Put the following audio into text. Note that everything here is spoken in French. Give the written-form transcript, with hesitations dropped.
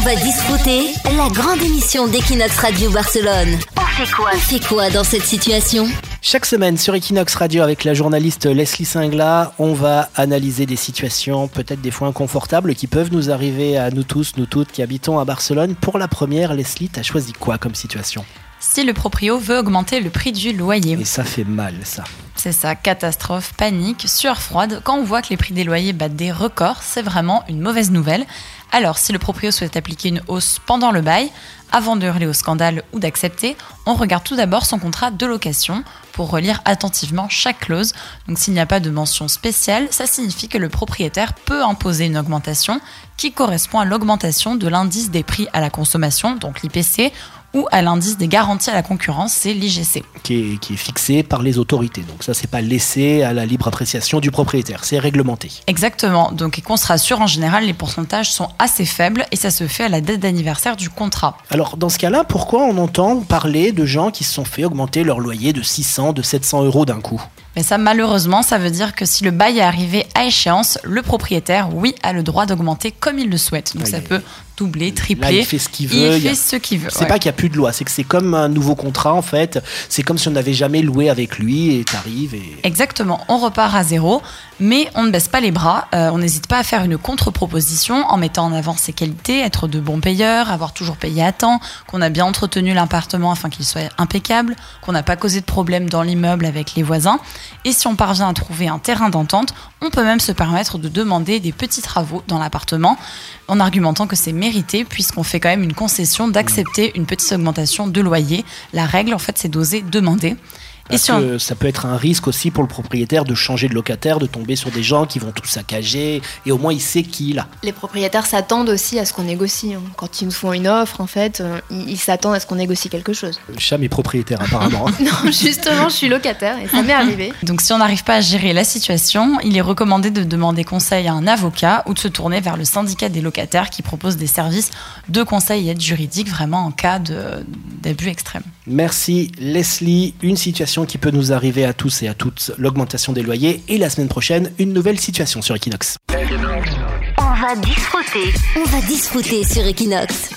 va discuter la grande émission d'Equinox Radio Barcelone. On fait quoi dans cette situation ? Chaque semaine sur Equinox Radio avec la journaliste Leslie Singla, on va analyser des situations peut-être des fois inconfortables qui peuvent nous arriver à nous tous, nous toutes qui habitons à Barcelone. Pour la première, Leslie, t'as choisi quoi comme situation ? Si le proprio veut augmenter le prix du loyer. Et ça fait mal, ça. C'est ça, catastrophe, panique, sueur froide. Quand on voit que les prix des loyers battent des records, c'est vraiment une mauvaise nouvelle. Alors, si le proprio souhaite appliquer une hausse pendant le bail, avant de hurler au scandale ou d'accepter, on regarde tout d'abord son contrat de location pour relire attentivement chaque clause. Donc s'il n'y a pas de mention spéciale, ça signifie que le propriétaire peut imposer une augmentation qui correspond à l'augmentation de l'indice des prix à la consommation, donc l'IPC, ou à l'indice des garanties à la concurrence, c'est l'IGC. Qui est fixé par les autorités. Donc ça, c'est pas laissé à la libre appréciation du propriétaire, c'est réglementé. Exactement. Donc, et qu'on se rassure, en général, les pourcentages sont assez faibles et ça se fait à la date d'anniversaire du contrat. Alors, dans ce cas-là, pourquoi on entend parler de gens qui se sont fait augmenter leur loyer de 600, de 700 euros d'un coup ? Mais ça, malheureusement, ça veut dire que si le bail est arrivé à échéance, le propriétaire, oui, a le droit d'augmenter comme il le souhaite. Donc ça peut doubler, tripler. Là, il fait ce qu'il veut. Il fait ce qu'il veut. C'est pas qu'il n'y a plus de loi, c'est que c'est comme un nouveau contrat, en fait. C'est comme si on n'avait jamais loué avec lui et t'arrives et... Exactement, on repart à zéro, mais on ne baisse pas les bras. On n'hésite pas à faire une contre-proposition en mettant en avant ses qualités, être de bons payeurs, avoir toujours payé à temps, qu'on a bien entretenu l'appartement afin qu'il soit impeccable, qu'on n'a pas causé de problème dans l'immeuble avec les voisins. Et si on parvient à trouver un terrain d'entente, on peut même se permettre de demander des petits travaux dans l'appartement en argumentant que c'est mérité puisqu'on fait quand même une concession d'accepter une petite augmentation de loyer. La règle, en fait, c'est d'oser demander. Parce que ça peut être un risque aussi pour le propriétaire de changer de locataire, de tomber sur des gens qui vont tout saccager et au moins il sait qui il a. Les propriétaires s'attendent aussi à ce qu'on négocie. Quand ils nous font une offre, en fait, ils s'attendent à ce qu'on négocie quelque chose. Cham est propriétaire apparemment. Non, justement, je suis locataire et ça m'est arrivé. Donc si on n'arrive pas à gérer la situation, il est recommandé de demander conseil à un avocat ou de se tourner vers le syndicat des locataires qui propose des services de conseil et aide juridique vraiment en cas d'abus extrême. Merci Leslie. Une situation qui peut nous arriver à tous et à toutes, l'augmentation des loyers, et la semaine prochaine, une nouvelle situation sur Equinox. On va disfruter sur Equinox.